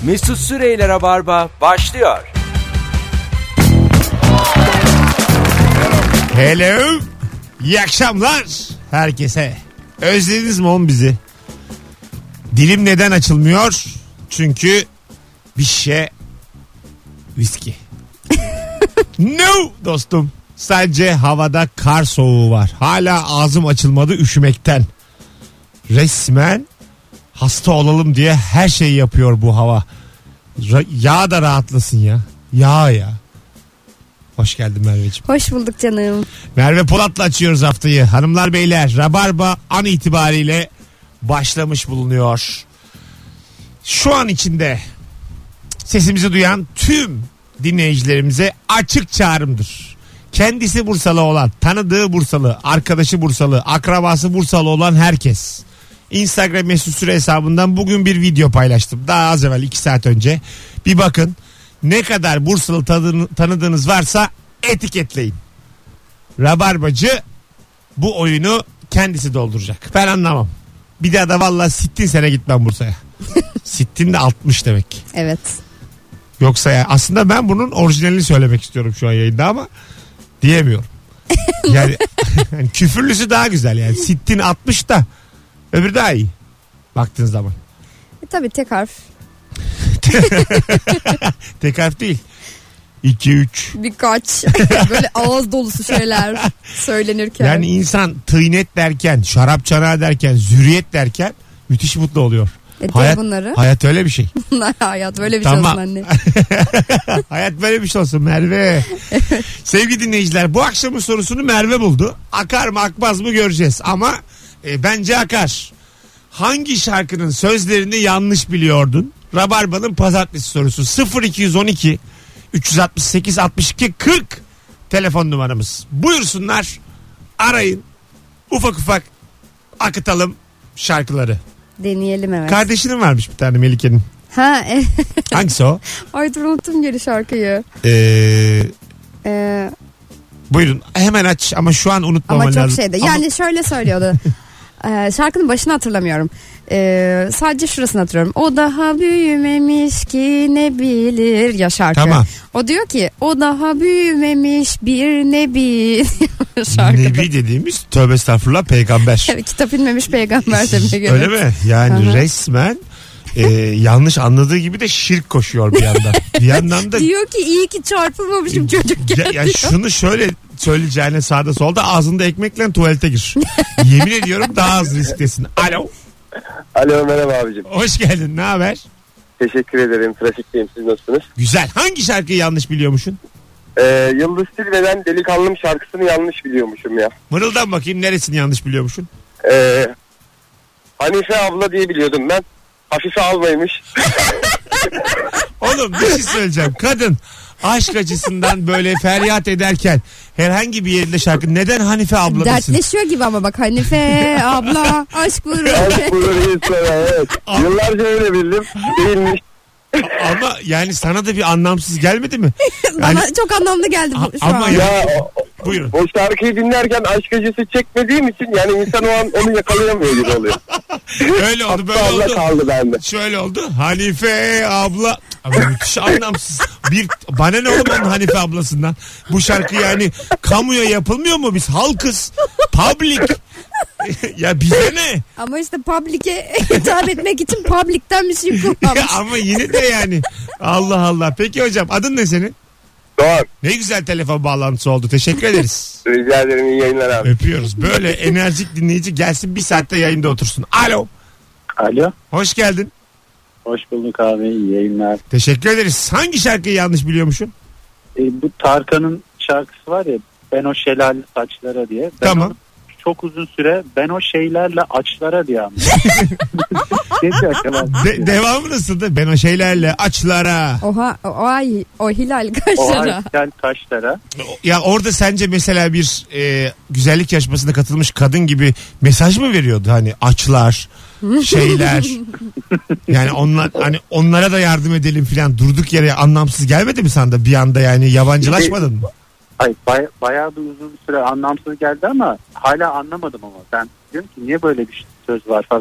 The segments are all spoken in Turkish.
Mesut Süreyler'e Barba başlıyor. Hello. İyi akşamlar herkese. Özlediniz mi oğlum bizi? Dilim neden açılmıyor? Çünkü bir şişe viski. No dostum. Sadece havada kar soğuğu var. Hala ağzım açılmadı üşümekten. Resmen hasta olalım diye her şeyi yapıyor bu hava. Yağ da rahatlasın ya. Yağ ya. Hoş geldin Merveciğim. Hoş bulduk canım. Merve Polat'la açıyoruz haftayı. Hanımlar beyler, Rabarba an itibariyle başlamış bulunuyor. Şu an içinde sesimizi duyan tüm dinleyicilerimize açık çağrımdır. Kendisi Bursalı olan, tanıdığı Bursalı, arkadaşı Bursalı, akrabası Bursalı olan herkes Instagram mesut süre hesabından bugün bir video paylaştım. Daha az evvel 2 saat önce. Bir bakın ne kadar Bursalı tanıdığınız varsa etiketleyin. Rabarbacı bu oyunu kendisi dolduracak. Ben anlamam. Bir daha da vallahi sittin sene gitmem Bursa'ya. Sittin de 60 demek. Evet. Yoksa ya aslında ben bunun orijinalini söylemek istiyorum şu an yayında ama diyemiyorum. Yani küfürlüsü daha güzel yani. Sittin 60 da öbürü daha iyi. Baktığın zaman. Tabii tek harf. Tek harf değil. 2-3. Birkaç böyle ağız dolusu şeyler söylenirken. Yani insan tıynet derken, şarap çanağı derken, zürriyet derken müthiş mutlu oluyor. Hayat öyle bir şey. Hayat böyle bir tamam. şey olsun anne. Hayat böyle bir şey olsun Merve. Evet. Sevgili dinleyiciler, bu akşamın sorusunu Merve buldu. Akar mı akmaz mı göreceğiz ama bence akar. Hangi şarkının sözlerini yanlış biliyordun? Rabarba'nın pazartesi sorusu 0212 368 62 40 telefon numaramız. Buyursunlar, arayın, ufak ufak akıtalım şarkıları. Deneyelim evet. Kardeşinin varmış bir tane, Melike'nin. Ha evet. Hangisi o? Ay dur unuttum geri şarkıyı. Buyurun hemen aç ama şu an unutmaman lazım. Ama çok şeydi. Yani şöyle söylüyordu. Şarkının başını hatırlamıyorum. Sadece şurasını hatırlıyorum. O daha büyümemiş ki ne bilir ya şarkı. Tamam. O diyor ki o daha büyümemiş bir nebi. Nebi dediğimiz tövbe estağfurullah peygamber. Evet, kitap inmemiş peygamber demek. Öyle mi? Yani resmen yanlış anladığı gibi de şirk koşuyor bir yandan. Bir yandan da diyor ki iyi ki çarpılmamışım çocukken. Ya şunu şöyle söyleyeceğine sağda solda ağzında ekmekle tuvalete gir. Yemin ediyorum daha az risktesin. Alo. Alo merhaba abicim. Hoş geldin, ne haber? Teşekkür ederim, trafikteyim, siz nasılsınız? Güzel. Hangi şarkıyı yanlış biliyormuşsun? Yıldız Tilbe'den Delikanlım şarkısını yanlış biliyormuşum ya. Mırıldan bakayım, neresini yanlış biliyormuşsun? Hanife abla diye biliyordum ben. Hafife almaymış. Oğlum bir şey söyleyeceğim. Kadın aşk acısından böyle feryat ederken herhangi bir yerinde şarkı neden Hanife abla desin? Dertleşiyor gibi ama bak Hanife abla aşk vurur. Aşk vurur evet. Yıllarca öyle bildim. Değilmiş. Ama yani sana da bir anlamsız gelmedi mi? Bana çok anlamlı geldi şu ama an. Ya buyurun. O şarkıyı dinlerken aşk acısı çekmediğim için yani insan o an onu yakalayamıyor gibi oluyor. Öyle oldu, böyle abla oldu. kaldı bende. Şöyle oldu. Hanife abla. Ama müthiş anlamsız. Bana ne oğlum onun Hanife ablasından? Bu şarkı yani kamuya yapılmıyor mu, biz halkız? Public. Ya bize ne? Ama işte public'e hitap etmek için public'ten bir şey kullanmış. Ama yine de yani. Allah Allah. Peki hocam, adın ne senin? Doğan. Ne güzel telefon bağlantısı oldu. Teşekkür ederiz. Rica ederim, iyi yayınlar abi. Öpüyoruz. Böyle enerjik dinleyici gelsin, bir saatte yayında otursun. Alo. Alo. Hoş geldin. Hoş bulduk abi, iyi yayınlar. Teşekkür ederiz. Hangi şarkıyı yanlış biliyormuşsun? Bu Tarkan'ın şarkısı var ya, ben o şelale saçlara diye. Ben tamam. Çok uzun süre ben o şeylerle açlara diye anladım. Devamı nasıldı? Ben o şeylerle açlara. O hilal kaşlara. O hilal kaşlara. Ya orada sence mesela bir güzellik yarışmasına katılmış kadın gibi mesaj mı veriyordu? Hani açlar, şeyler. Yani onlar, hani onlara da yardım edelim falan, durduk yere anlamsız gelmedi mi sana da bir anda, yani yabancılaşmadın mı? Hayır, bayağı bir uzun süre anlamsız geldi ama hala anlamadım ama ben diyorum ki niye böyle bir söz var falan.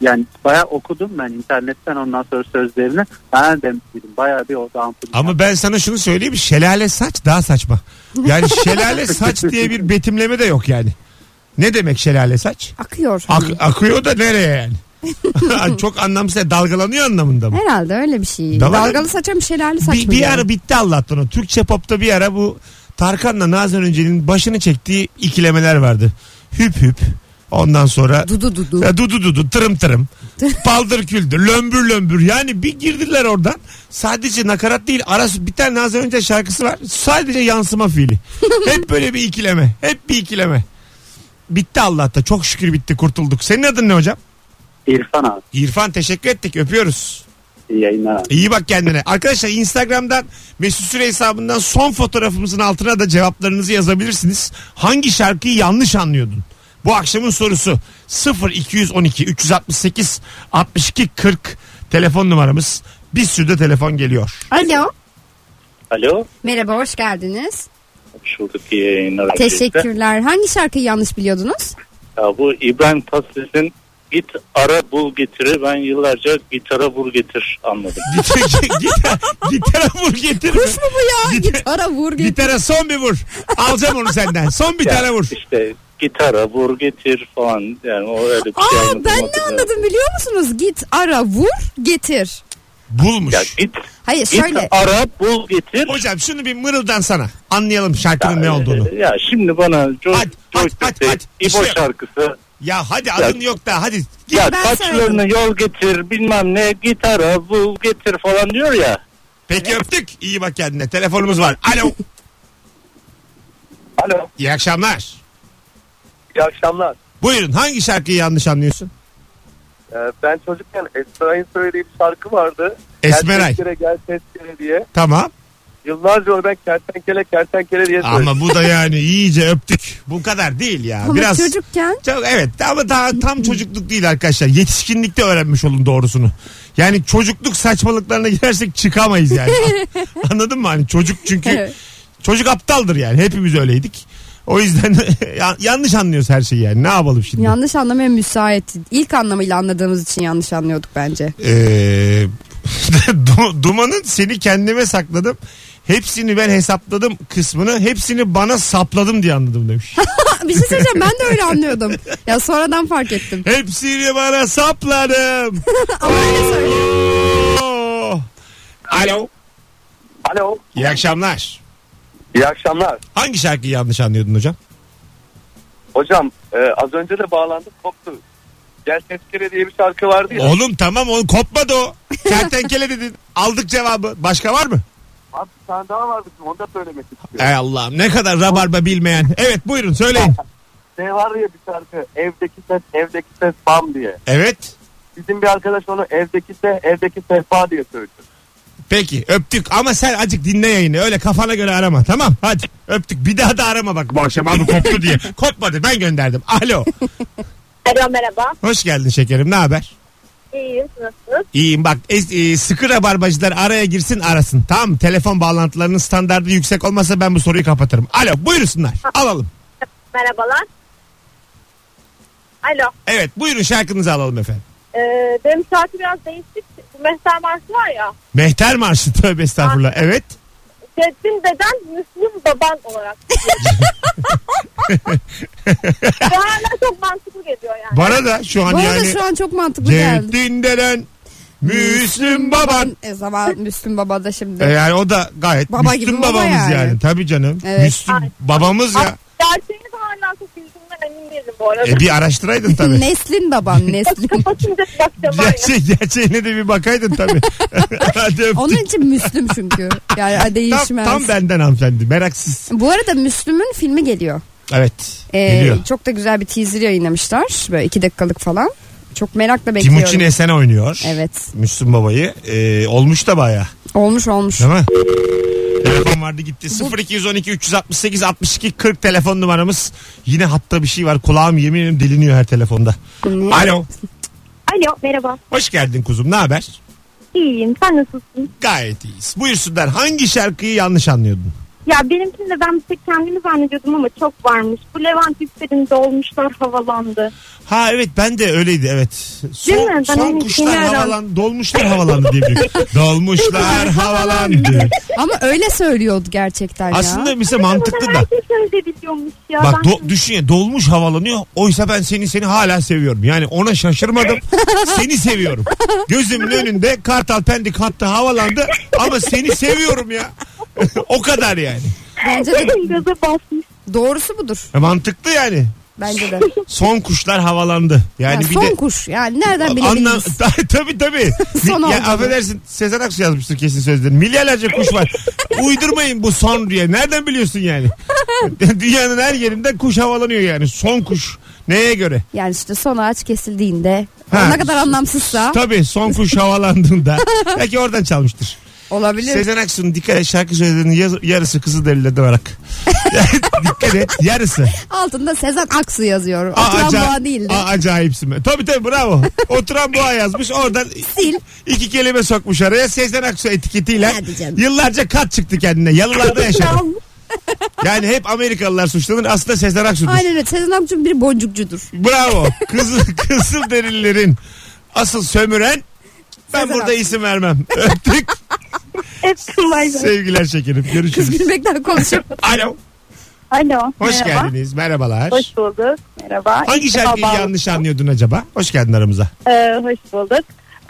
Yani bayağı okudum ben internetten ondan sonra sözlerini. Ben demiştim bayağı bir orada ampul. Ama ben sana şunu söyleyeyim. Şelale saç daha saçma. Yani şelale saç diye bir betimleme de yok yani. Ne demek şelale saç? Akıyor. Akıyor da nereye yani? Çok anlamsız, dalgalanıyor anlamında mı? Herhalde öyle bir şey. Dalgalı saça mı şelale saç mı? Bir ara bitti Allah'tan o. Türkçe popta bir ara bu Tarkan'la Nazan Öncel'in başını çektiği ikilemeler vardı. Hüp hüp. Ondan sonra dudu dudu tırım tırım paldır küldür lömbür lömbür, yani bir girdiler oradan, sadece nakarat değil, arası bir tane Nazan Öncel şarkısı var, sadece yansıma fiili. Hep böyle bir ikileme bitti Allah'ta, çok şükür bitti, kurtulduk. Senin adın ne hocam? İrfan abi. İrfan, teşekkür ettik, öpüyoruz. İyi yayınlar abi. İyi bak kendine. Arkadaşlar Instagram'dan Mesut Süre hesabından son fotoğrafımızın altına da cevaplarınızı yazabilirsiniz. Hangi şarkıyı yanlış anlıyordun? Bu akşamın sorusu 0212 368 62 40 telefon numaramız. Bir sürü de telefon geliyor. Alo. Alo. Merhaba, hoş geldiniz. Şuradaki yayınlar. Teşekkürler. Hangi şarkıyı yanlış biliyordunuz? Ya bu İbrahim Tatlıses'in git ara bul getiri, ben yıllarca gitara vur getir anladım. Gitara vur getir. Kuş mu bu ya? Gitara vur getir. Gitara son bir vur. Alacağım onu senden. Son bir tane vur. İşte gitara vur getir falan, yani o öyle bir şey anladım. Ben ne anladım biliyor musunuz? Git ara vur getir. Bulmuş. Ya git. Hayır git şöyle. ara bul getir. Hocam şunu bir mırıldan sana. Anlayalım şarkının ne olduğunu. Ya şimdi bana hadi. İbo şarkısı. Ya hadi adın yok da hadi. Ya Ben taçlarını yol getir bilmem ne gitara bul getir falan diyor ya. Peki öptük. İyi bak kendine. Telefonumuz var. Alo. Alo. İyi akşamlar. İyi akşamlar. Buyurun, hangi şarkıyı yanlış anlıyorsun? Ben çocukken Esmeray'ın söylediği bir şarkı vardı. Esmeray. Gel tezkere diye. Tamam. Yıllarca ben kertenkele diye söyledim. Ama bu da yani iyice öptük. Bu kadar değil ya. Ama biraz çocukken. Evet ama daha tam çocukluk değil arkadaşlar. Yetişkinlikte öğrenmiş olun doğrusunu. Yani çocukluk saçmalıklarına girersek çıkamayız yani. Anladın mı? Hani çocuk çünkü Evet. çocuk aptaldır yani. Hepimiz öyleydik. O yüzden yanlış anlıyoruz her şeyi yani. Ne yapalım şimdi? Yanlış anlamaya müsait. İlk anlamıyla anladığımız için yanlış anlıyorduk bence. Duman'ın seni kendime sakladım. Hepsini ben hesapladım kısmını, hepsini bana sapladım diye anladım demiş. Bir şey söyleyeceğim, ben de öyle anlıyordum. Ya sonradan fark ettim. Hepsini bana sapladım. Ama öyle söylüyorum. Alo. Alo. İyi akşamlar. İyi akşamlar. Hangi şarkıyı yanlış anlıyordun hocam? Hocam az önce de bağlandık, koptu. Gel tezkere diye bir şarkı vardı ya. Oğlum tamam, onu kopmadı o. Kertenkele dedin. Aldık cevabı. Başka var mı? Abi bir tane daha vardı. Onu da söylemek istiyorum. Ey Allah'ım, ne kadar rabarba bilmeyen. Evet buyurun söyleyin. Şey var ya bir şarkı. Evdeki ses bam diye. Evet. Bizim bir arkadaş onu evdeki sehpa diye söylüyor. Peki öptük ama sen azıcık dinle yayını. Öyle kafana göre arama, tamam hadi öptük. Bir daha da arama bak bu akşam abi koptu diye. Kopmadı, ben gönderdim. Alo. Alo, merhaba. Hoş geldin şekerim, ne haber? İyiyim, nasılsınız? İyiyim bak, sıkı rabarbacılar araya girsin arasın, tamam mı? Telefon bağlantılarının standardı yüksek olmasa ben bu soruyu kapatırım. Alo, buyursunlar, alalım. Merhabalar. Alo. Evet buyurun, şarkınızı alalım efendim. Benim şarkı biraz değişik. Bu Mehter Marşı var ya. Mehter Marşı, tövbe estağfurullah. Evet. Ceddin deden Müslüm baban olarak. Ve hala çok mantıklı geliyor yani. Bana da şu an Bu arada yani şu an çok mantıklı geldi. Ceddin deden Müslüm baban. Zaman Müslüm baba da şimdi. Yani o da gayet Baba gibi Müslüm baba babamız yani. Tabii canım. Evet. Müslüm babamız ya. Gerçeğini hala çok bildiğimden emin değilim bu arada. Bir araştıraydın tabii. Neslin baban, Neslin. Bakınca bakacağım aynen. Gerçeğine de bir bakaydın tabii. Hadi öptük. Onun için Müslüm çünkü. Yani değişmez. Tam benden hanımefendi, meraksız. Bu arada Müslüm'ün filmi geliyor. Evet. Geliyor. Çok da güzel bir teaser yayınlamışlar. Böyle 2 dakikalık falan. Çok merakla bekliyorum. Timuçin Esen oynuyor. Evet. Müslüm babayı. Olmuş da baya. Olmuş. Değil mi? Telefon vardı gitti. 0212 368 62 40 telefon numaramız. Yine hatta bir şey var. Kulağım yemin ederim deliniyor her telefonda. Ne? Alo. Alo, merhaba. Hoş geldin kuzum. Ne haber? İyiyim, sen nasılsın? Gayet iyiyiz. Buyursunlar. Hangi şarkıyı yanlış anlıyordun? Ya benimkinde ben bir tek kendimi zannediyordum ama çok varmış. Bu Levent Yüksel'in dolmuşlar havalandı. Ha evet ben de öyleydi evet. Değil mi? Ben Son onu kuşlar bilmiyorum. havalandı. Dolmuşlar havalandı diye biliyorum. Dolmuşlar havalandı. Ama öyle söylüyordu gerçekten ya. Aslında mesela mantıklı da. Herkes öyle biliyormuş ya. Bak Ben- düşün ya dolmuş havalanıyor. Oysa ben seni hala seviyorum. Yani ona şaşırmadım. Seni seviyorum. Gözümün önünde Kartal Pendik hattı havalandı. Ama seni seviyorum ya. O kadar yani. Bence de Gaza basmış. doğrusu budur. Mantıklı yani. Bence de. Son kuşlar havalandı. Yani Yani bir son de kuş. Yani nereden bilebiliriz? tabii. Son Ya, oldu. affedersin Sezen Aksu yazmıştır kesin sözlerini. Milyarlarca kuş var. Uydurmayın bu son diye. Nereden biliyorsun yani? Dünyanın her yerinden kuş havalanıyor yani. Son kuş. Neye göre? Yani işte son ağaç kesildiğinde Ha. ne kadar anlamsızsa Tabii son kuş havalandığında. Belki oradan çalmıştır. olabilir. Sezen Aksu'nun dikkat et şarkı söylediğinin yarısı Kızılderili'de olarak. Dikkat et yarısı. Altında Sezen Aksu yazıyor. Oturan boğa değildi. Acayipsin. Tabii bravo. Oturan boğa yazmış oradan Sil. 2 kelime sokmuş araya Sezen Aksu etiketiyle. Hadi canım. Yıllarca kat çıktı kendine. Yalılarda yaşadı. Yani hep Amerikalılar suçlanır aslında Sezen Aksu'dur. Aynen öyle. Sezen Aksu bir boncukcudur. Bravo. Kızılderililerin asıl sömüren ben Sezen burada Aksu. isim vermem. Öptük. Hep kılaydı. Sevgiler şekerim. Kız Görüşürüz. gülmekten konuşuyor. Alo. Alo. Hoş merhaba. geldiniz. Merhabalar. Hoş bulduk. Merhaba. Hangi İlk defa şarkıyı bağlandım. yanlış anlıyordun acaba? Hoş geldin aramıza. Hoş bulduk.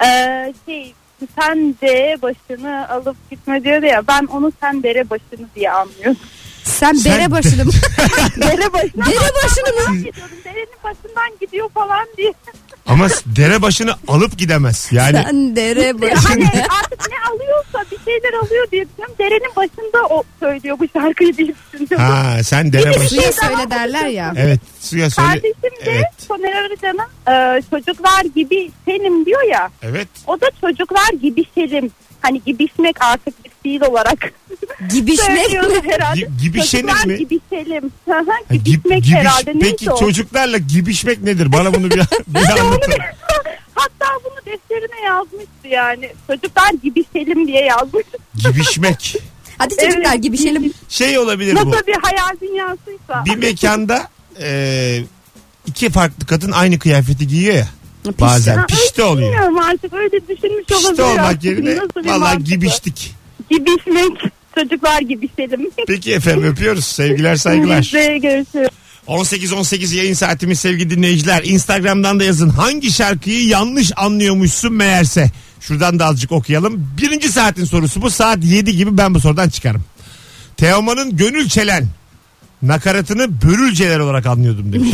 Sen de başını alıp gitme diyordu ya. Ben onu sen dere başını diye anlıyorum. Sen bere başını mı? Dere başına. Dere başını mı? Gidiyordum. Derenin başından gidiyor falan diye. Ama dere başını alıp gidemez. Yani Sen dere Hani başını. artık ne alıyorsa bir şeyler alıyor diye düşünüyorum. Derenin başında o söylüyor bu şarkıyı diye düşünüyorum. ha sen dere başı. Suya söyle derler ya. Evet suya söyle. Kardeşim de Evet. Soner Arıcan'ın çocuklar gibi senim diyor ya. Evet. O da çocuklar gibi selim. Hani gibişmek artık bir fiil olarak Gibişmek söylüyoruz mi? herhalde. Gibişeniz Çocuklar mi? gibi selim. Ha, Gibişmek herhalde. Peki Neyse o. çocuklarla gibişmek nedir? Bana bunu bir anlatın. Hatta bunu defterine yazmıştı yani. Çocuklar gibi selim diye yazmış. Gibişmek. Hadi çocuklar Evet. gibişelim. Şey olabilir bu. Nasıl bir hayal dünyasıysa. Bir mekanda iki farklı kadın aynı kıyafeti giyiyor ya. Pişti. Bazen Ha, pişti öyle oluyor. bilmiyorum artık öyle düşünmüş Pişti olabilir. olmak artık. yerine Nasıl bir valla mantık bu? gibiştik. Gibişmek çocuklar gibi selim. Peki efendim öpüyoruz. Sevgiler saygılar. Biz de görüşürüz. 18.18 yayın saatimiz sevgili dinleyiciler. Instagram'dan da yazın. Hangi şarkıyı yanlış anlıyormuşsun meğerse. Şuradan da azıcık okuyalım. Birinci saatin sorusu bu. Saat 7 gibi ben bu sorudan çıkarım. Teoman'ın Gönül Çelen nakaratını börülceler olarak anlıyordum demiş.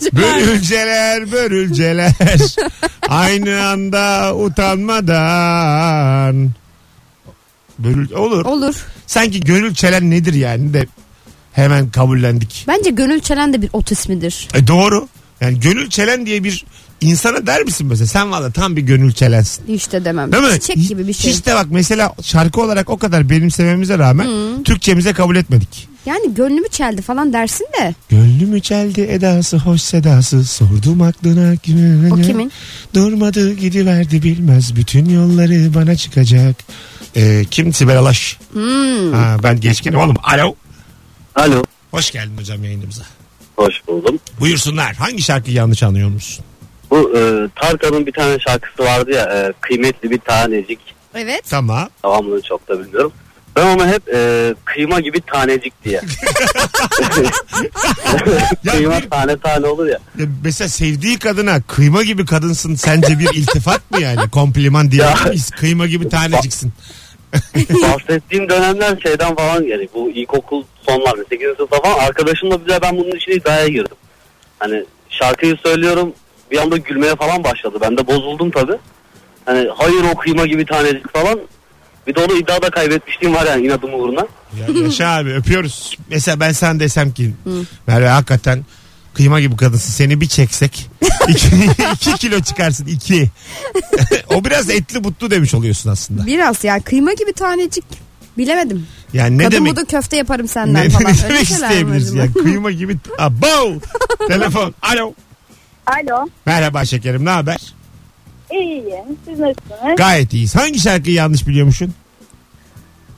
Börülceler aynı anda utanmadan. Olur. Olur. Sanki Gönül Çelen nedir yani de hemen kabullendik. Bence Gönül Çelen de bir ot ismidir. Doğru. Yani Gönül Çelen diye bir insana der misin mesela? Sen valla tam bir Gönül Çelensin. Hiç de demem. Değil mi? Çiçek gibi bir şey. Hiç de bak mesela şarkı olarak o kadar benimsememize rağmen Türkçemize kabul etmedik. Yani gönlümü çeldi falan dersin de. Gönlümü çeldi edası hoş sedası sordum aklına kimin? O kimin? Durmadı gidiverdi bilmez bütün yolları bana çıkacak. Kim? Sibel Alaş. Ha, ben geçkinim oğlum. Alo. Alo. Hoş geldin hocam yayınımıza. Hoş buldum. Buyursunlar. Hangi şarkıyı yanlış anlıyor musun? Bu Tarkan'ın bir tane şarkısı vardı ya kıymetli bir tanecik. Evet. Tamam. Tamamını çok da bilmiyorum. Ben ona hep kıyma gibi tanecik diye. Ya Kıyma bir- tane tane olur ya. Ya mesela sevdiği kadına kıyma gibi kadınsın sence bir iltifat mı yani? Kompliman diyebilir miyiz? Kıyma gibi taneciksin. Bahsettiğim dönemler şeyden falan yani bu ilkokul sonlarda 8. sınıfta falan arkadaşımla bile ben bunun içine iddiaya girdim. Hani şarkıyı söylüyorum bir anda gülmeye falan başladı. Ben de bozuldum tabii. Hani hayır o kıyma gibi tanecik falan. Bir de onu iddiada kaybetmişliğim var yani inadım uğruna. Ya Yaşa abi öpüyoruz. Mesela ben sen desem ki Merve hakikaten kıyma gibi kadınsın. Seni bir çeksek 2 kilo çıkarsın 2. O biraz etli butlu demiş oluyorsun aslında. Biraz ya kıyma gibi tanecik. Bilemedim. Yani ne Kadın demek? budu köfte yaparım senden Ne, falan. ne Öyle demek şeyler mi isteyebiliriz acaba? ya? Kıyma gibi. Abo! Telefon. Alo. Alo. Merhaba şekerim ne haber? İyiyim. Siz nasılsınız? Gayet iyiyiz. Hangi şarkıyı yanlış biliyormuşsun?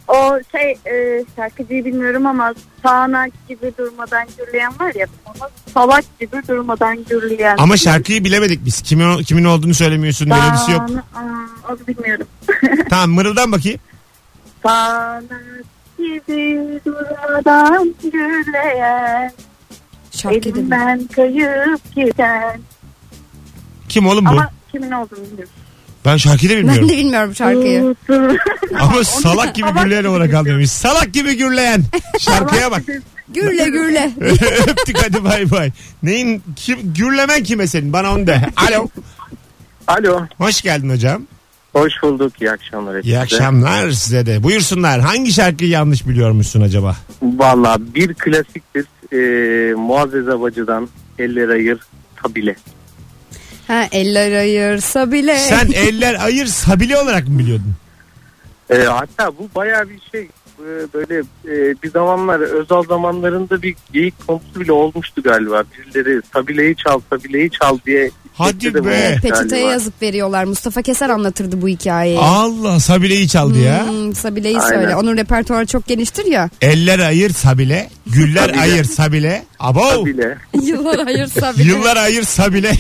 O şarkıcıyı bilmiyorum ama sağanak gibi durmadan gürleyen var ya, ama salak gibi durmadan gürleyen. Ama şarkıyı bilemedik biz. Kimin olduğunu söylemiyorsun. Melodisi yok. Onu bilmiyorum. Tamam, mırıldan bakayım. Sağanak gibi durmadan gürleyen, elimden kayıp giden. Kim oğlum bu? Ama kimin olduğunu bilmiyorum. Ben şarkıyı da bilmiyorum. Ben de bilmiyorum şarkıyı. Ama salak gibi gürleyen olarak almıyormuş. Salak gibi gürleyen. Şarkıya bak. Gürle gürle. Öptük, hadi bay bay. Gürlemen kime senin? Bana onu de. Alo. Alo. Hoş geldin hocam. Hoş bulduk. İyi akşamlar. İyi akşamlar size de. Buyursunlar. Hangi şarkıyı yanlış biliyormuşsun acaba? Valla bir klasiktir. Muazzez Abacı'dan Eller Ayır Tabile. Ha, eller ayırsa bile. Sen eller ayır sabile olarak mı biliyordun? Hatta bu bayağı bir şey. Böyle bir zamanlar Özal zamanlarında bir geyik konusu bile olmuştu galiba. Birileri Sabile'yi çal diye. Hadi be. Peçeteye yazıp veriyorlar. Mustafa Keser anlatırdı bu hikayeyi. Allah, Sabile'yi çaldı ya. Sabile'yi söyle. Onun repertuarı çok geniştir ya. Eller ayır Sabile, güller Sabile. Ayır Sabile. Abo. Sabile. Yıllar ayır Sabile. Yıllar ayır Sabile.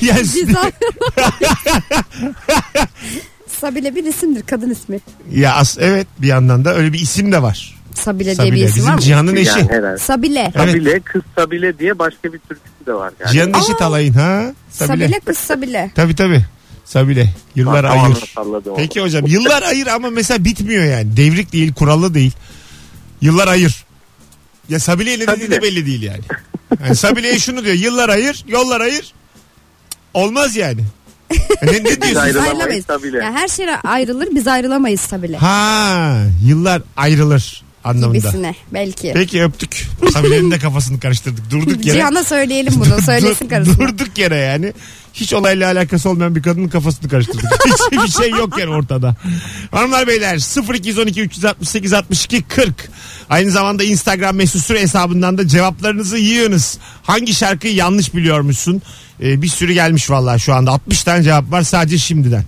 Sabile bir isimdir, kadın ismi. Ya evet, bir yandan da öyle bir isim de var. Sabile diye bir isim var mı? Cihan'ın eşi. Yani Sabile. Sabile, evet. Kız Sabile diye başka bir türküsü de var. Yani. Cihan'ın eşi Talay'ın ha. Sabile kız Sabile. Tabii. Sabile. Yıllar ayır. Peki onu. Hocam, yıllar ayır ama mesela bitmiyor yani. Devrik değil, kurallı değil. Yıllar ayır. Ya Sabile ne dediği de belli değil yani. Yani Sabile'ye şunu diyor. Yıllar ayır, yollar ayır. Olmaz yani. Ne diyorsun? Biz ayrılamayız. Yani her şey ayrılır, biz ayrılamayız Sabile. Ha, yıllar ayrılır anlamında. Gibisine belki. Peki, öptük. Sabile'nin de kafasını karıştırdık. Durduk yere. Cihan'a söyleyelim bunu. Söylesin karısına. Durduk yere yani. Hiç olayla alakası olmayan bir kadının kafasını karıştırdık. Hiçbir şey yok yani ortada. Hanımlar beyler, 0212 368 62 40. Aynı zamanda Instagram mesut süre hesabından da cevaplarınızı yığınız. Hangi şarkıyı yanlış biliyormuşsun? Bir sürü gelmiş vallahi şu anda. 60 tane cevap var sadece şimdiden.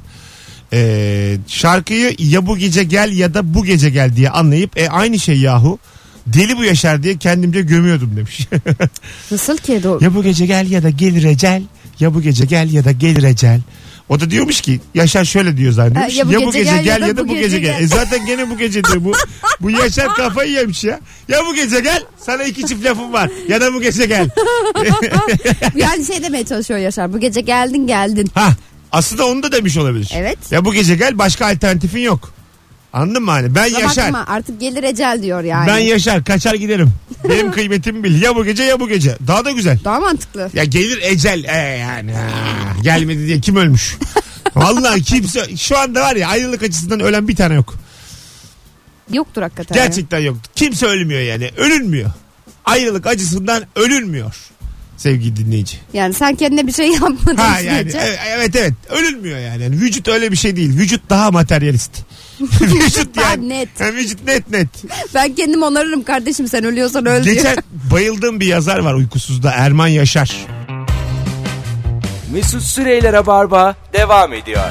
Şarkıyı ya bu gece gel ya da bu gece gel diye anlayıp aynı şey yahu. Deli bu Yaşar diye kendimce gömüyordum demiş. Nasıl ki? Ya bu gece gel ya da gelir ecel. Ya bu gece gel ya da gelir ecel. O da diyormuş ki Yaşar şöyle diyor zannediyormuş. Ya bu gece gel ya da bu gece gel. Zaten gene bu gece diyor. Bu Yaşar kafayı yemiş ya. Ya bu gece gel, sana 2 çift lafım var. Ya da bu gece gel. Yani şey demeye çalışıyor Yaşar. Bu gece geldin. Ha, aslında onu da demiş olabilir. Evet. Ya bu gece gel, başka alternatifin yok. Anladın mı hani? Ben Yaşar. Bakma, artık gelir ecel diyor yani. Ben Yaşar, kaçar giderim. Benim kıymetimi bil. Ya bu gece ya bu gece. Daha da güzel. Daha mantıklı. Ya gelir ecel yani. Gelmedi diye kim ölmüş? Vallahi kimse şu anda var ya, ayrılık açısından ölen bir tane yok. Yoktur hakikaten. Gerçekten yoktur. Kimse ölmüyor yani. Ölünmüyor. Ayrılık acısından ölünmüyor. Sevgili dinleyici. Yani sen kendine bir şey yapmadın. Ha yani evet. Ölünmüyor yani. Vücut öyle bir şey değil. Vücut daha materyalist. Vücut yani. Net. Yani vücut net. Ben kendim onarırım kardeşim, sen ölüyorsan öl diyor. Geçen bayıldığım bir yazar var uykusuzda, Erman Yaşar. Mesut Süreyler'e barba devam ediyor.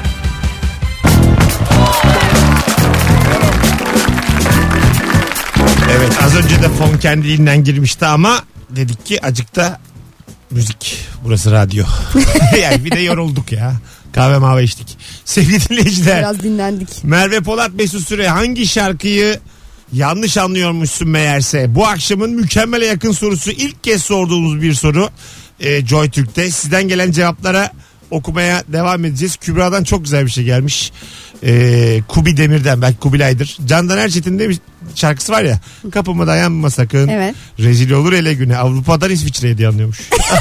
Evet, az önce de fon kendiliğinden girmişti ama dedik ki acık da müzik. Burası radyo. Yani bir de yorulduk ya. Kahve mavi içtik. Sevgili dinleyiciler. Biraz dinlendik. Merve Polat, Mesut Süre, hangi şarkıyı yanlış anlıyormuşsun meğerse? Bu akşamın mükemmele yakın sorusu, ilk kez sorduğumuz bir soru. Joy Türk'te. Sizden gelen cevaplara okumaya devam edeceğiz. Kübra'dan çok güzel bir şey gelmiş. Kubi Demir'den, belki Kubilay'dır. Candan Erçetin'in de bir şarkısı var ya. Kapıma dayanma sakın. Evet. Rezil olur ele güne. Avrupa'dan İsviçre'ye diye anlıyormuş.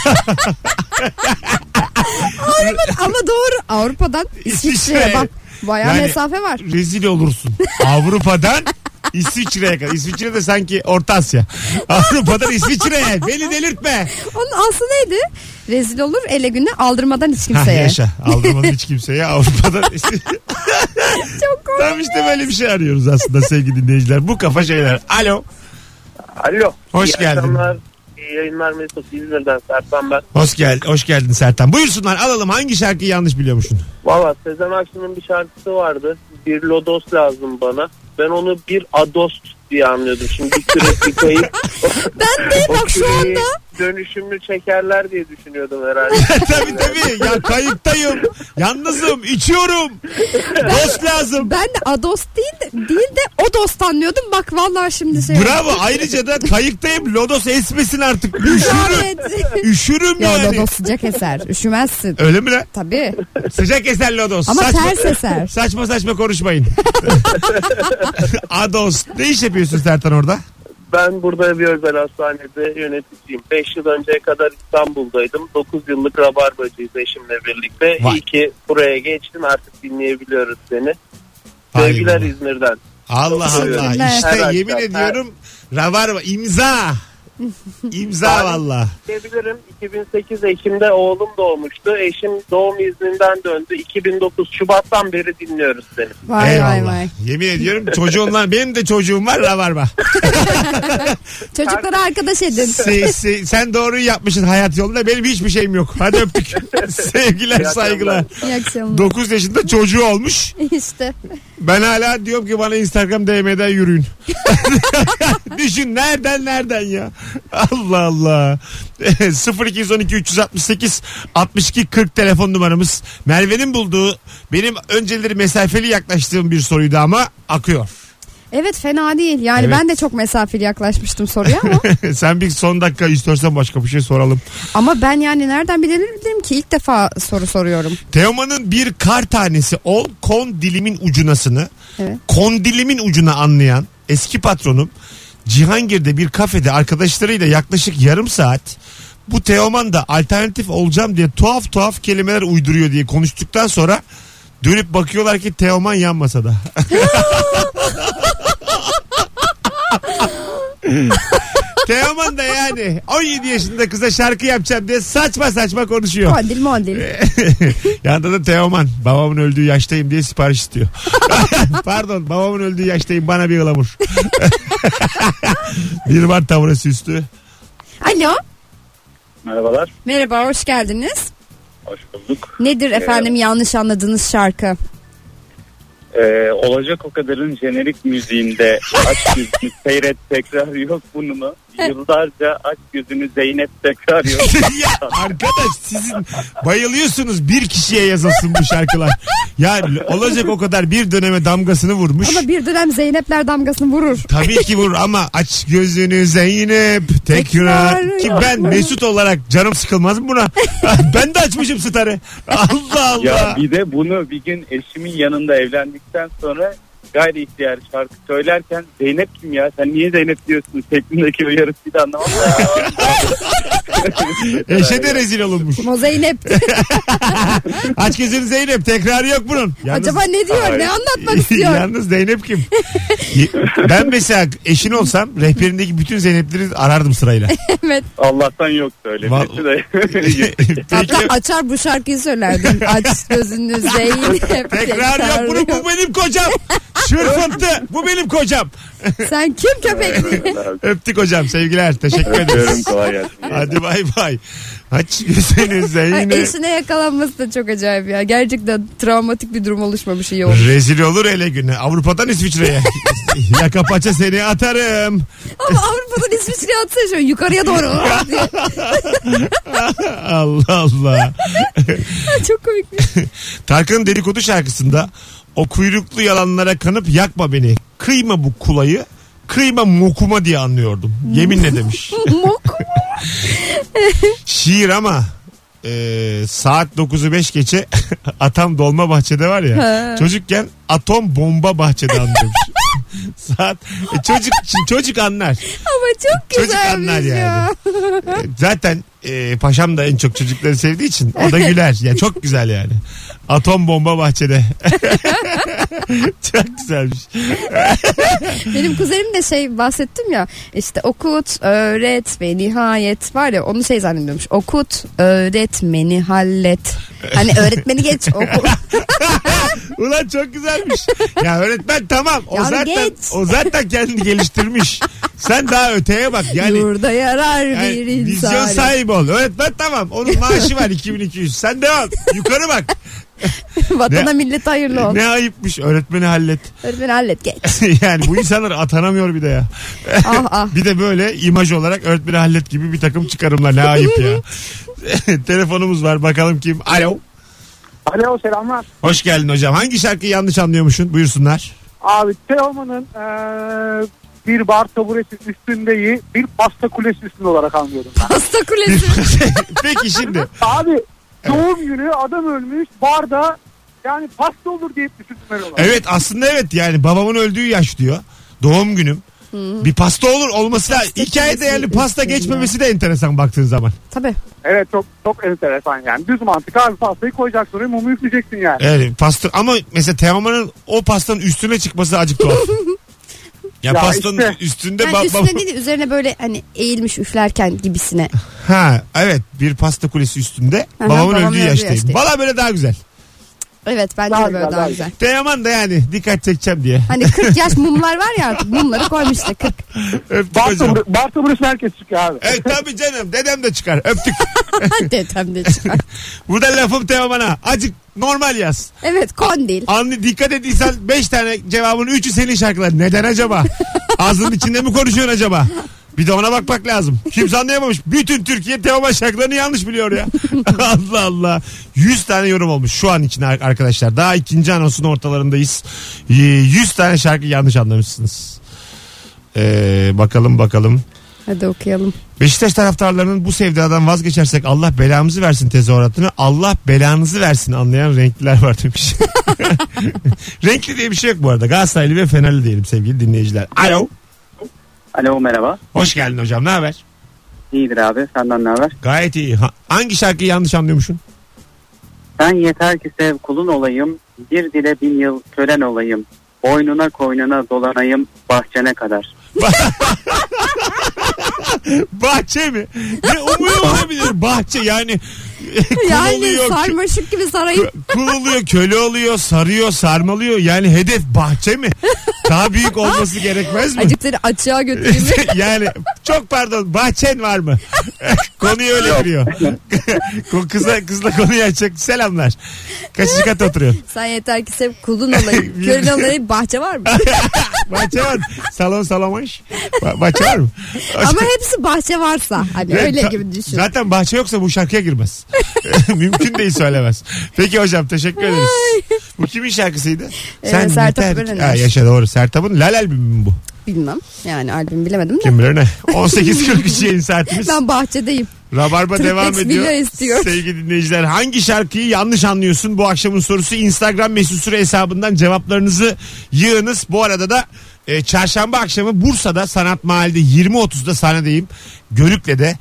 Ama doğru. Avrupa'dan İsviçre'ye bak. Bayağı yani, mesafe var. Rezil olursun. Avrupa'dan İsviçre'ye kadar. İsviçre de sanki Orta Asya. Avrupa'dan İsviçre'ye. Beni delirtme. Onun aslı neydi? Rezil olur ele güne, aldırmadan hiç kimseye. Ha, yaşa. Aldırmadan hiç kimseye. Avrupa'dan Çok komik. Tam işte böyle bir şey arıyoruz aslında sevgili dinleyiciler. Bu kafa şeyler. Alo. Alo. Hoş geldin. İyi yayınlar Mesut. İzmir'den Sertan ben. Hoş geldin Sertan. Buyursunlar, alalım. Hangi şarkıyı yanlış biliyormuşsun? Valla Sezen Aksu'nun bir şarkısı vardı. Bir lodos lazım bana. Ben onu bir adost diye anlıyordum. Şimdi sürekli kayıp. Ben de bak şu anda. Dönüşümlü çekerler diye düşünüyordum herhalde. tabii. Ya kayıptayım. Yalnızım. İçiyorum. Dost lazım. Ben de adost değil de odost anlıyordum. Bak vallahi şimdi şey. Bravo. Ayrıca da kayıktayım. Lodos esmesin artık. Üşürüm Ya yani. lodos sıcak eser. Üşümezsin. Öyle mi lan? Tabii. Sıcak eser lodos. Ama ters eser. Saçma konuşmayın. Ados. Ne iş yapıyorsun Sertan orada? Ben burada bir özel hastanede yöneticiyim. 5 yıl önceye kadar İstanbul'daydım. 9 yıllık rabarbacıyız eşimle birlikte. Vay. İyi ki buraya geçtim, artık dinleyebiliyoruz seni. Vay Sevgiler be. İzmir'den. Allah Çok Allah. seviyorum. İşte Her yemin akşam, ediyorum. Rabarba imza. İmza valla. Diyebilirim. 2008 Ekim'de oğlum doğmuştu. Eşim doğum izninden döndü. 2009 Şubat'tan beri dinliyoruz seni. Vay Eyvallah. vay. Yemin ediyorum çocuğumla, benim de çocuğum var, Rabarba. Çocukları arkadaş edin. Sen doğruyu yapmışsın hayat yolunda, benim hiçbir şeyim yok. Hadi öptük. Sevgiler, saygılar. İyi akşamlar. 9 yaşında çocuğu olmuş. İşte. Ben hala diyorum ki bana Instagram DM'den yürüyün. Düşün nereden ya. Allah Allah. 0212 368 62 40 telefon numaramız. Merve'nin bulduğu, benim önceleri mesafeli yaklaştığım bir soruydu ama akıyor. Evet, fena değil. Yani Evet. ben de çok mesafeli yaklaşmıştım soruya ama. Sen bir son dakika istersen başka bir şey soralım. Ama ben yani nereden bilebilirim ki, ilk defa soru soruyorum. Teoman'ın bir kar tanesi ol kondilimin ucunasını Evet. kondilimin ucuna anlayan eski patronum Cihangir'de bir kafede arkadaşlarıyla yaklaşık yarım saat bu Teoman da alternatif olacağım diye tuhaf kelimeler uyduruyor diye konuştuktan sonra dönüp bakıyorlar ki Teoman yan masada. Teoman da yani 17 yaşında kıza şarkı yapacağım diye saçma konuşuyor. Mondil. Yanında da Teoman babamın öldüğü yaştayım diye sipariş istiyor. Pardon, babamın öldüğü yaştayım, bana bir ılamur. Bir var tavrası üstü. Alo. Merhabalar. Merhaba, hoş geldiniz. Hoş bulduk. Nedir efendim yanlış anladığınız şarkı? Olacak o kadarın jenerik müziğinde aç gözünü seyret tekrar yok bunu. Yıllarca aç gözünü Zeynep tekrar yok. Ya arkadaş, sizin bayılıyorsunuz bir kişiye yazılsın bu şarkılar. Ya olacak o kadar bir döneme damgasını vurmuş. Ama bir dönem Zeynepler damgasını vurur. Tabii ki vurur ama aç gözünü Zeynep tekrar. Ki ben Mesut olarak canım sıkılmaz mı buna? Ben de açmışım starı. Allah Allah. Ya bir de bunu bir gün eşimin yanında evlendikten sonra gayri ihtiyar şarkı söylerken Zeynep kim ya, sen niye Zeynep diyorsun şeklindeki o yarısıyı da anlamadım. Eşe de rezil olunmuş. O Zeynep. Aç gözünü Zeynep tekrarı yok bunun. Yalnız, Acaba ne diyor? Ne anlatmak istiyor? Yalnız Zeynep kim? Ben mesela eşin olsam rehberindeki bütün Zeynep'leri arardım sırayla. Evet. Allah'tan yok söylemesi de. Hatta Peki, açar bu şarkıyı söylerdim. Aç gözünü Zeynep. tekrar yok bunun, bu benim kocam. Şırfıntı, bu benim kocam. Sen kim köpek? Öptük hocam, sevgiler, teşekkür ederiz. Öpüyorum, kolay gelsin. Hadi bay bay. Aç gözünü Zeynep. Eşine yakalanması da çok acayip ya. Gerçekten travmatik bir durum oluşmamış, iyi olmuş. Rezil olur ele güne. Avrupa'dan İsviçre'ye. Yaka paça seni atarım. Ama Avrupa'dan İsviçre'ye atsa şöyle yukarıya doğru diye. Allah Allah. Çok komikmiş. Tarkan'ın Dedikodu şarkısında o kuyruklu yalanlara kanıp yakma beni. Kıyma bu kulayı. Kıyma mokuma diye anlıyordum. Yeminle demiş. Mokum. Şiir ama saat 9'u 5 geçe atam Dolmabahçe'de var ya. Ha. Çocukken atom bomba bahçede anlıyormuş. Saat çocuk anlar. Ama çok Çocuk güzelmiş anlar ya. yani. Zaten paşam da en çok çocukları sevdiği için o da güler. Ya çok güzel yani. Atom bomba bahçede. Çok güzelmiş. Benim kuzenim de bahsettim ya, işte okut, öğret ve nihayet var ya, onu zannediyormuş. Okut, öğretmeni hallet. Hani öğretmeni geç, oku. Ulan çok güzelmiş. Ya öğretmen tamam. O zaten kendini geliştirmiş. Sen daha öteye bak. Yani yurda yarar bir vizyon insan. sahibi ol. Öğretmen tamam. Onun maaşı var 2200. Sen devam. Yukarı bak. Vatana millete hayırlı ol. Ne ayıpmış. Öğretmeni hallet. Öğretmeni hallet geç. Yani bu insanlar atanamıyor bir de ya. Bir de böyle imaj olarak öğretmeni hallet gibi bir takım çıkarımlar. Ne ayıp ya. Telefonumuz var. Bakalım kim? Alo. Alo, selamlar. Hoş geldin hocam. Hangi şarkıyı yanlış anlıyormuşsun? Buyursunlar. Abi Teoman'ın bir bar taburesi üstündeyi bir pasta kulesi üstünde olarak anlıyorum ben. Pasta kulesi. Peki şimdi. Abi doğum günü adam ölmüş barda, yani pasta olur diye düşündüler olarak. Evet aslında evet, yani babamın öldüğü yaş diyor. Doğum günüm. Bir pasta olması lazım. Hikayede yani pasta geçmemesi de enteresan baktığın zaman. Tabii. Evet, çok çok enteresan yani. Düz mantık abi, pastayı koyacaksın oraya, mumu üfleyeceksin yani. Evet pasta, ama mesela Teoman'ın o pastanın üstüne çıkması acık tuhaf. Ya pastanın işte üstünde yani üstüne değil, üzerine böyle hani eğilmiş üflerken gibisine. Ha evet, bir pasta kulesi üstünde. Babamın öldüğü yaştayım. Valla böyle daha güzel. Evet bence de böyle daha güzel. Teoman da yani dikkat çekeceğim diye. Hani 40 yaş mumlar var ya, artık mumları koymuş işte 40. Öptük hocam. Bar taburesi herkes çıkıyor abi. Evet tabii canım, dedem de çıkar. Öptük. Dedem de çıkar. Burada lafım Teoman'a. Acık normal yaz. Evet, kondil. Dikkat ettiysen 5 tane cevabın 3'ü senin şarkılar. Neden acaba? Ağzının içinde mi konuşuyorsun acaba? Bir de ona bakmak lazım. Kimse anlayamamış. Bütün Türkiye Teoman şarkılarını yanlış biliyor ya. Allah Allah. 100 tane yorum olmuş şu an için arkadaşlar. Daha ikinci anonsun ortalarındayız. 100 tane şarkı yanlış anlamışsınız. Bakalım. Hadi okuyalım. Beşiktaş taraftarlarının bu sevdadan vazgeçersek Allah belamızı versin tezahüratını, Allah belanızı versin anlayan renkliler var demiş. Renkli diye bir şey yok bu arada. Galatasaraylı ve Fenerli diyelim sevgili dinleyiciler. Alo. Alo, merhaba. Hoş geldin hocam, ne haber? İyidir abi, senden ne haber? Gayet iyi. Hangi şarkıyı yanlış anlıyormuşsun? Ben yeter ki sev kulun olayım, bir dile 1000 yıl kölen olayım, boynuna koynuna dolanayım bahçene kadar. Bahçe mi? Ne umuyor olabilir bahçe yani. Yani oluyor, sarmaşık gibi sarayım. Kul oluyor, köle oluyor, sarıyor, sarmalıyor. Yani hedef bahçe mi? Daha büyük olması gerekmez mi? Acıkları açığa götüreyim. Yani çok pardon, bahçen var mı? Konuyu öyle giriyor. Kızla konuyu açacak. Selamlar. Kaçıncı katta oturuyorsun? Sen yeter ki sev kulun olayım. Kölen olayım, bahçe var mı? Bahçe var. Salon salamış. Bahçe var mı? Ama hepsi bahçe varsa. Hani öyle gibi düşün. Zaten bahçe yoksa bu şarkıya girmez. Mümkün değil, söylemez. Peki hocam, teşekkür ederiz. Bu kimin şarkısıydı? Sertab Erener. Yaşa, doğru. Sertab'ın Lal albümü mü bu? Bilmem. Yani albüm bilemedim de. Kim bilir ne? 18.43 yayın saatimiz. Ben bahçedeyim. Rabarba devam ediyor. Istiyor. Sevgili dinleyiciler, hangi şarkıyı yanlış anlıyorsun? Bu akşamın sorusu. Instagram mesut süre hesabından cevaplarınızı yığınız. Bu arada da çarşamba akşamı Bursa'da Sanat Mahalli'de 20.30'da sahnedeyim. Görükle'de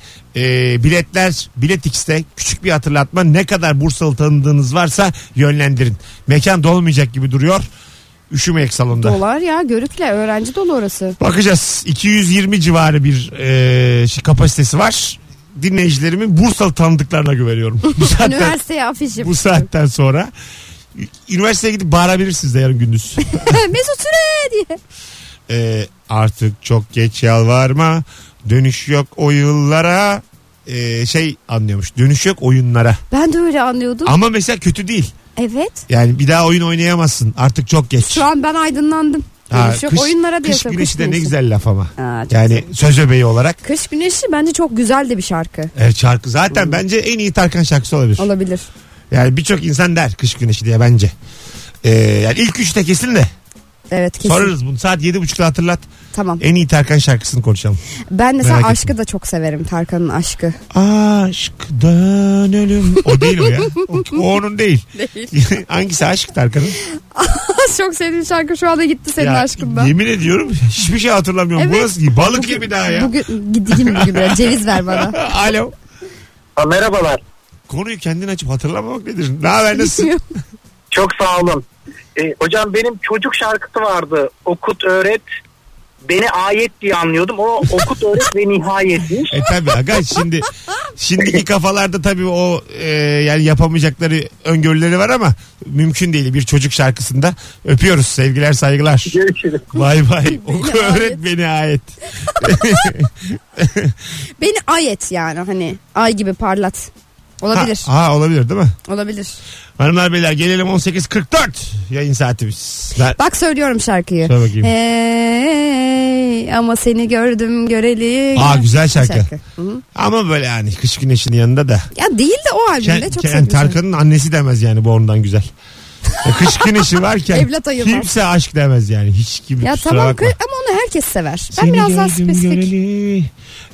Bilet X'te küçük bir hatırlatma. Ne kadar Bursalı tanıdığınız varsa yönlendirin. Mekan dolmayacak gibi duruyor. Üşümeyek salonda. Dolar ya, Görükle öğrenci dolu orası. Bakacağız. 220 civarı bir kapasitesi var. Dinleyicilerimin Bursalı tanıdıklarına güveniyorum. Üniversiteye afiş yapıyor. Bu saatten sonra. Üniversiteye gidip bağırabilirsiniz de yarın gündüz. Mesut Süre diye. Artık çok geç, yalvarma. Dönüş yok o yıllara. Anlıyormuş. Dönüş yok oyunlara. Ben de öyle anlıyordum. Ama mesela kötü değil. Evet. Yani bir daha oyun oynayamazsın. Artık çok geç. Şu an ben aydınlandım. Oyunlara diye. Kış güneşi de ne güzel laf ama. Yani güzel. Söz öbeği olarak. Kış güneşi bence çok güzel de bir şarkı. Evet, şarkı zaten bence en iyi Tarkan şarkısı olabilir. Olabilir. Yani birçok insan der kış güneşi diye bence. Yani ilk 3'te kesin de. Evet, kesin. Sorarız bunu. Saat 7.30'da hatırlat. Tamam. En iyi Tarkan şarkısını konuşalım. Ben mesela Aşk'ı da çok severim. Tarkan'ın Aşk'ı. Aşkdan ölüm. O değil o ya. O onun değil. Hangisi Aşk Tarkan'ın? Çok sevdiğim şarkı şu anda gitti senin aşkından. Yemin ediyorum hiçbir şey hatırlamıyorum. Evet. Burası balık gibi daha ya. Bugün gideyim bugün biraz. Ceviz ver bana. Alo. Merhabalar. Konuyu kendin açıp hatırlamamak nedir? Ne haber, nasılsın? Çok sağ olun. Hocam benim çocuk şarkısı vardı. Okut öğret beni ayet diye anlıyordum. O okut öğret ve nihayetmiş. Tabii aga şimdiki kafalarda tabii o yani yapamayacakları öngörüleri var ama mümkün değil bir çocuk şarkısında. Öpüyoruz, sevgiler, saygılar. Görüşürüz. Bay bay. Oku öğret beni ayet. Beni ayet yani hani ay gibi parlat. Olabilir. Olabilir değil mi? Olabilir. Hanımlar beyler gelelim 18.44 yayın saatimiz. Bak söylüyorum şarkıyı. Söyle bakayım. Ama seni gördüm göreli. Güzel şarkı. Ama böyle yani kış güneşinin yanında da. Ya değil de o albümde çok yani Tarkan'ın annesi demez yani bu ondan güzel. Kış güneşi varken Evlat ayırmaz. Kimse aşk demez yani. Hiç gibi ya kusura tamam bakma. ama onu herkes sever. Ben Seni biraz daha spesifik. Göreli,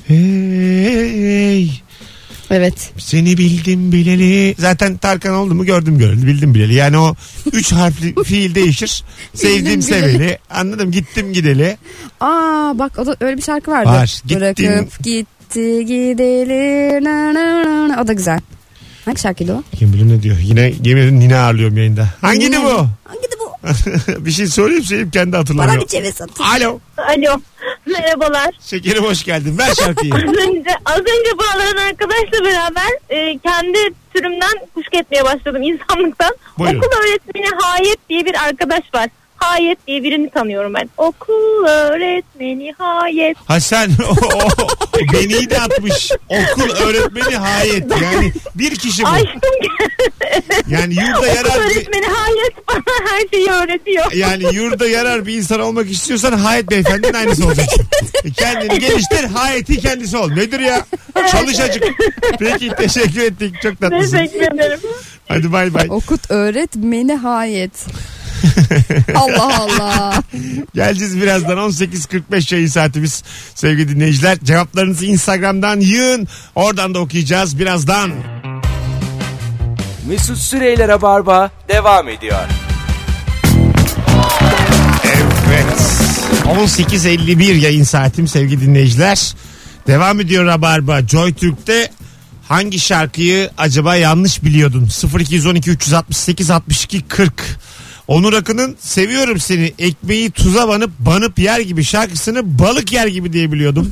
hey. Evet. Seni bildim bileli. Zaten Tarkan oldu mu gördüm göreli, bildim bileli. Yani o 3 harfli fiil değişir. Sevdim seveli. Anladım, gittim gideli. Bak o da öyle bir şarkı vardı. Var. Bırakıp gitti gideli. Na, na, na. O da güzel. Hangi şarkıydı o? Kim bilir ne diyor. Yine yemin ederim Nine ağırlıyorum yayında. Hangini bu? Hangiydi bu? Bir şey söyleyeyim kendi hatırlamıyor. Bana bir çeviz atın. Alo. Alo. Merhabalar. Şekerim hoş geldin. Ver şarkıyı. Az önce bağlanan arkadaşla beraber kendi türümden kuşku etmeye başladım insanlıktan. Buyurun. Okul öğretmeni Hayet diye bir arkadaş var. Hayet diye birini tanıyorum ben. Okul öğretmeni Hayet. Ha sen o beni de atmış. Okul öğretmeni Hayet. Yani bir kişi bu. Açtım. Yani yurda yarar Okul öğretmeni Hayet bana her şeyi öğretiyor. Yani yurda yarar bir insan olmak istiyorsan Hayet beyefendinin aynısı olacaksın. Kendini geliştir, Hayet'i kendisi ol. Nedir ya? Çalış acık. Peki teşekkür ettik. Çok tatlısın. Teşekkür ederim. Hadi bay bay. Okut öğretmeni Hayet. Allah Allah. Geleceğiz birazdan 18.45 yayın saatimiz sevgili dinleyiciler. Cevaplarınızı Instagram'dan yığın. Oradan da okuyacağız birazdan. Mesut Süreyler'e barba devam ediyor. Evet. 18.51 yayın saatim sevgili dinleyiciler. Devam ediyor Rabarba. Joy Türk'te hangi şarkıyı acaba yanlış biliyordun? 0212 368 62 40. Onur Akın'ın Seviyorum Seni ekmeği tuza banıp yer gibi şarkısını balık yer gibi diye biliyordum.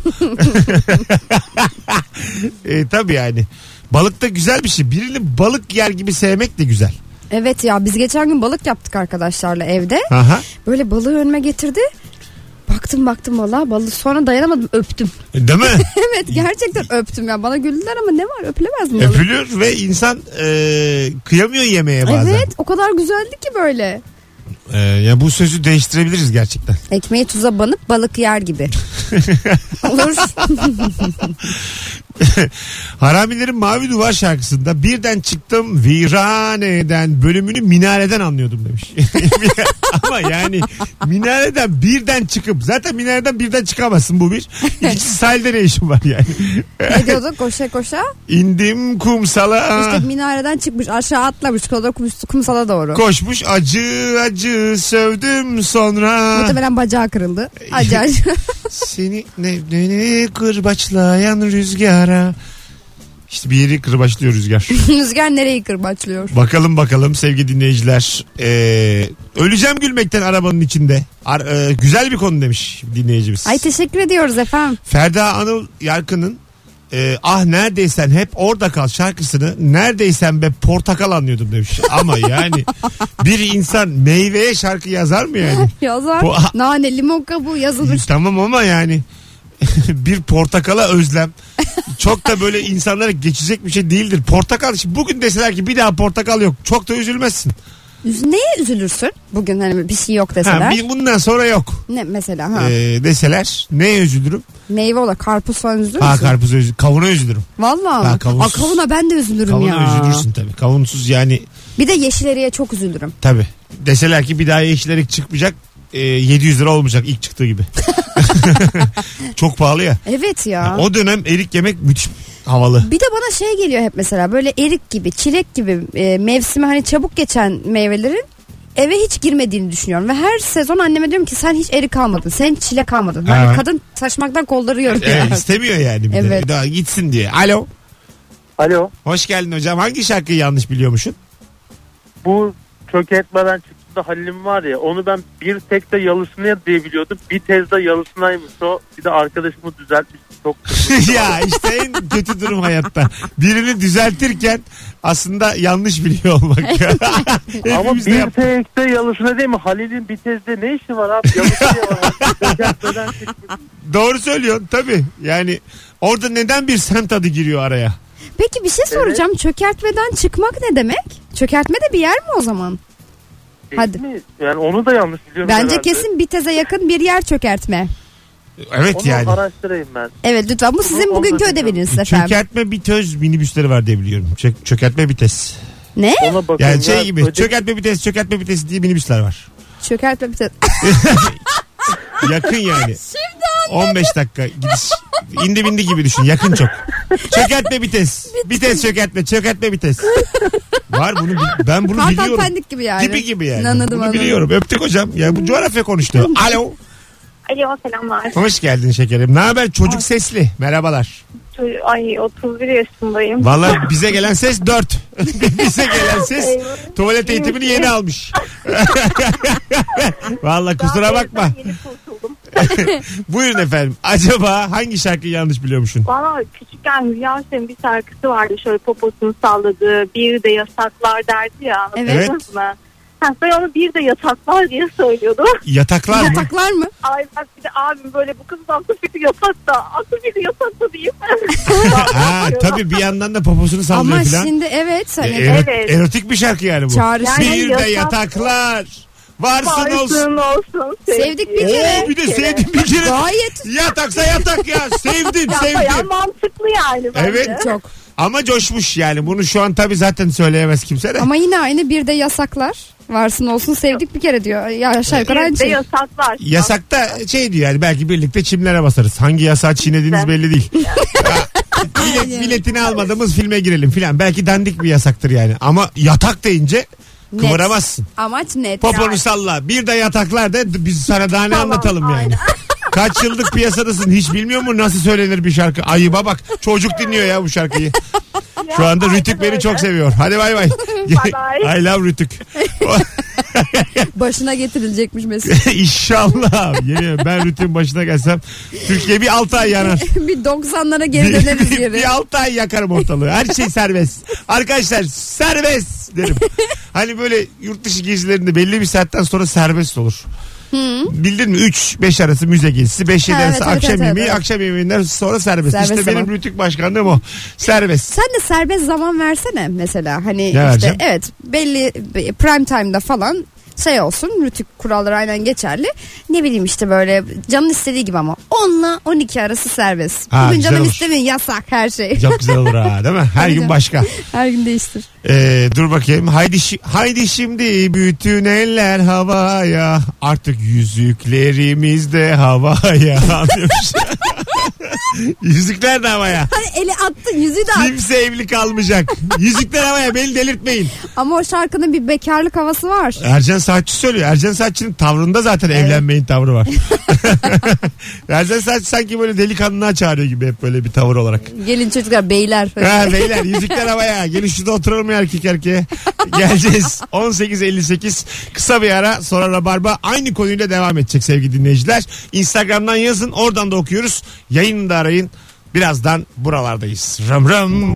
Tabii yani. Balık da güzel bir şey. Birini balık yer gibi sevmek de güzel. Evet ya, biz geçen gün balık yaptık arkadaşlarla evde. Aha. Böyle balığı önüme getirdi. Baktım valla balığı, sonra dayanamadım, öptüm. Değil mi? Evet, gerçekten öptüm ya. Bana güldüler ama ne var, öpülemez mi balık? Öpülür ve insan kıyamıyor yemeye bazen. Evet, o kadar güzeldi ki böyle. Ya bu sözü değiştirebiliriz gerçekten. Ekmeği tuza banıp balık yer gibi. Olur. Haramilerin Mavi Duvar şarkısında birden çıktım viraneden bölümünü minareden anlıyordum demiş. Ama yani minareden birden çıkıp, zaten minareden birden çıkamazsın, bu bir. İkincisi sahilde ne işin var yani? Ne diyordu? Koşa koşa. İndim kumsala. İşte minareden çıkmış, aşağı atlamış kumsala doğru. Koşmuş acı sövdüm sonra. Muhtemelen bacağı kırıldı. Acı. Seni ne kırbaçlayan rüzgara. İşte bir yeri kırbaçlıyor rüzgar. Rüzgar nereyi kırbaçlıyor? Bakalım sevgili dinleyiciler. Öleceğim gülmekten arabanın içinde. Güzel bir konu demiş dinleyicimiz. Ay, teşekkür ediyoruz efendim. Ferda Anıl Yarkın'ın neredeysen hep orada kal şarkısını neredeysen be portakal anlıyordum demiş. Ama yani bir insan meyveye şarkı yazar mı yani? Yazar. Nane, limon kabuğu yazılmış. Tamam ama yani bir portakala özlem. Çok da böyle insanlara geçecek bir şey değildir. Portakal, şimdi bugün deseler ki bir daha portakal yok, çok da üzülmezsin. Neye üzülürsün? Bugün hani bir şey yok deseler. Bundan sonra yok. Ne mesela? Deseler neye üzülürüm? Meyve olarak karpuz falan üzülür müsün? Karpuza üzülürüm. Kavuna üzülürüm. Valla. Kavuna ben de üzülürüm ya. Kavuna üzülürsün tabii. Kavunsuz yani. Bir de yeşil eriğe çok üzülürüm. Tabii. Deseler ki bir daha yeşil erik çıkmayacak. 700 lira olmayacak ilk çıktığı gibi. Çok pahalı ya. Evet ya. Yani o dönem erik yemek müthiş havalı. Bir de bana şey geliyor hep mesela, böyle erik gibi, çilek gibi mevsimi hani çabuk geçen meyvelerin eve hiç girmediğini düşünüyorum. Ve her sezon anneme diyorum ki sen hiç erik almadın, sen hiç çilek almadın. Hani kadın taşmaktan kolları yoruluyor. Evet, istemiyor yani bir de. Daha gitsin diye. Alo. Alo. Hoş geldin hocam. Hangi şarkıyı yanlış biliyormuşsun? Bu çökertmeden çıktı da Halil'im var ya, onu ben bir tekte yalısına diye biliyordum. Bir tezde yalısınaymış o. Bir de arkadaşımı düzeltmiş. Çok Ya işte en kötü durum hayatta. Birini düzeltirken aslında yanlış biliyor olmak. ama Hepimiz de bir yaptık. tekte yalısına değil mi? Halil'in bir tezde ne işi var abi? Yalısına var. Çökertmeden çıktı. Doğru söylüyorsun tabii. Yani orada neden bir semt adı giriyor araya? Peki bir şey soracağım. Çökertmeden çıkmak ne demek? Çökertme de bir yer mi o zaman? Hadi. Mi? Yani onu da yanlış biliyorum. Bence herhalde. kesin Bitez'e yakın bir yer çökertme. Evet Onu yani. araştırayım ben. Evet lütfen, bu sizin Onu bugünkü da ödeviniz efendim. Çökertme bitöz minibüsleri var diye biliyorum. Çökertme vites. Ne? Ona bakın. Yani şey gibi çökertme vites diye minibüsler var. Çökertme Bitez. Yakın yani. 15 dakika gidiş. İndi bindi gibi düşün. Yakın çok. Çökertme vites. Vites çökertme vites. Var bunu ben bunu Kartal biliyorum. Pendik gibi yani. Gibi yani. Anladım, Bunu biliyorum. Öptük hocam. Ya bu coğrafya konuştu. Alo. Alo, selamlar. Hoş geldin şekerim. Ne haber? Çocuk sesli. Merhabalar. Ay 31 yaşındayım. Vallahi bize gelen ses 4. Bize gelen ses tuvalet eğitimini yeni almış. Vallahi kusura bakma. Yeni kurtuldum. Buyurun efendim. Acaba hangi şarkıyı yanlış biliyormuşsun? Valla küçükken Hülya Avşar'ın bir şarkısı vardı. Şöyle poposunu salladığı, bir de yasaklar derdi ya. Evet. Ben onu bir de yataklar diye söylüyordum. Yataklar mı? Yataklar mı? Ay bak, bir de abim böyle bu kızın aklı fikri yatakta. Aklı fikri yatakta değil. Ha, tabii bir yandan da poposunu sallıyor Ama filan. şimdi evet. Hani Evet. Erotik bir şarkı yani bu. Çağrısı. Bir de Yani yataklar. Varsın olsun. olsun. Sevdik bir kere. Oo, bir de sevdim bir kere. Gayet. Yataksa yatak ya. Sevdim Ya bayağı sevdim. mantıklı yani bence. Evet. Çok. Ama coşmuş yani. Bunu şu an tabii zaten söyleyemez kimse de. Ama yine aynı bir de yasaklar. Varsın olsun sevdik bir kere diyor. Ya aşağı yukarı aynı Bir de şey. yasaklar. Yasakta şey diyor yani, belki birlikte çimlere basarız. Hangi yasağı çiğnediğiniz belli değil. Biletini almadığımız filme girelim filan. Belki dandik bir yasaktır yani. Ama yatak deyince kıvıramazsın. Amaç net. Poponu salla. Bir de yataklar de biz sana daha ne anlatalım yani. Kaç yıllık piyasadasın, hiç bilmiyor mu nasıl söylenir bir şarkı? Ayıba bak, çocuk dinliyor ya bu şarkıyı. Şu anda Rütük beni çok seviyor. Hadi bay bay. I love Rütük. Başına getirilecekmiş mesela. İnşallah. Yemin ben Rütük'ün başına gelsem Türkiye bir 6 ay yanar. Bir 90'lara geri döneriz geri. Bir 6 ay yakarım ortalığı. Her şey serbest. Arkadaşlar serbest derim. Hani böyle yurt dışı gezilerinde belli bir saatten sonra serbest olur. Bildin mi? 3-5 arası müze gezisi, 5-7 arası evet, akşam yemeği, evet. Akşam yemeğinden sonra serbest. Serbest İşte zaman. benim Rütük başkanlığım o. Serbest. Sen de serbest zaman versene mesela. Hani Ne işte vereceğim? evet, belli prime time'da falan şey olsun, Rütük kuralları aynen geçerli. Ne bileyim işte böyle canın istediği gibi ama 10'la 12 arası serbest. Ha, Bugün güzel canım olur. istemiyor, yasak her şey. Çok güzel olur ha, değil mi? Her gün başka. Her gün değiştir. Dur bakayım. Haydi şimdi bütün eller havaya. Artık yüzüklerimiz de havaya. Anlıyormuş. Yüzükler de havaya. Hani eli attın, yüzüğü de attın. Kimse evli kalmayacak. Yüzükler havaya, beni delirtmeyin. Ama o şarkının bir bekarlık havası var. Ercan Saatçi söylüyor. Ercan Saatçi'nin tavrında zaten evlenmeyin tavrı var. Ercan Saatçi sanki böyle delikanlılığa çağırıyor gibi, hep böyle bir tavır olarak. Gelin çocuklar, beyler. Ha, beyler yüzükler havaya. Gelin şurada oturalım ya erkek erkeğe. Geleceğiz. 18.58 kısa bir ara, sonra Rabarba aynı konuyla devam edecek sevgili dinleyiciler. Instagram'dan yazın, oradan da okuyoruz. Yayını da arayın. Birazdan buralardayız. Rım rım.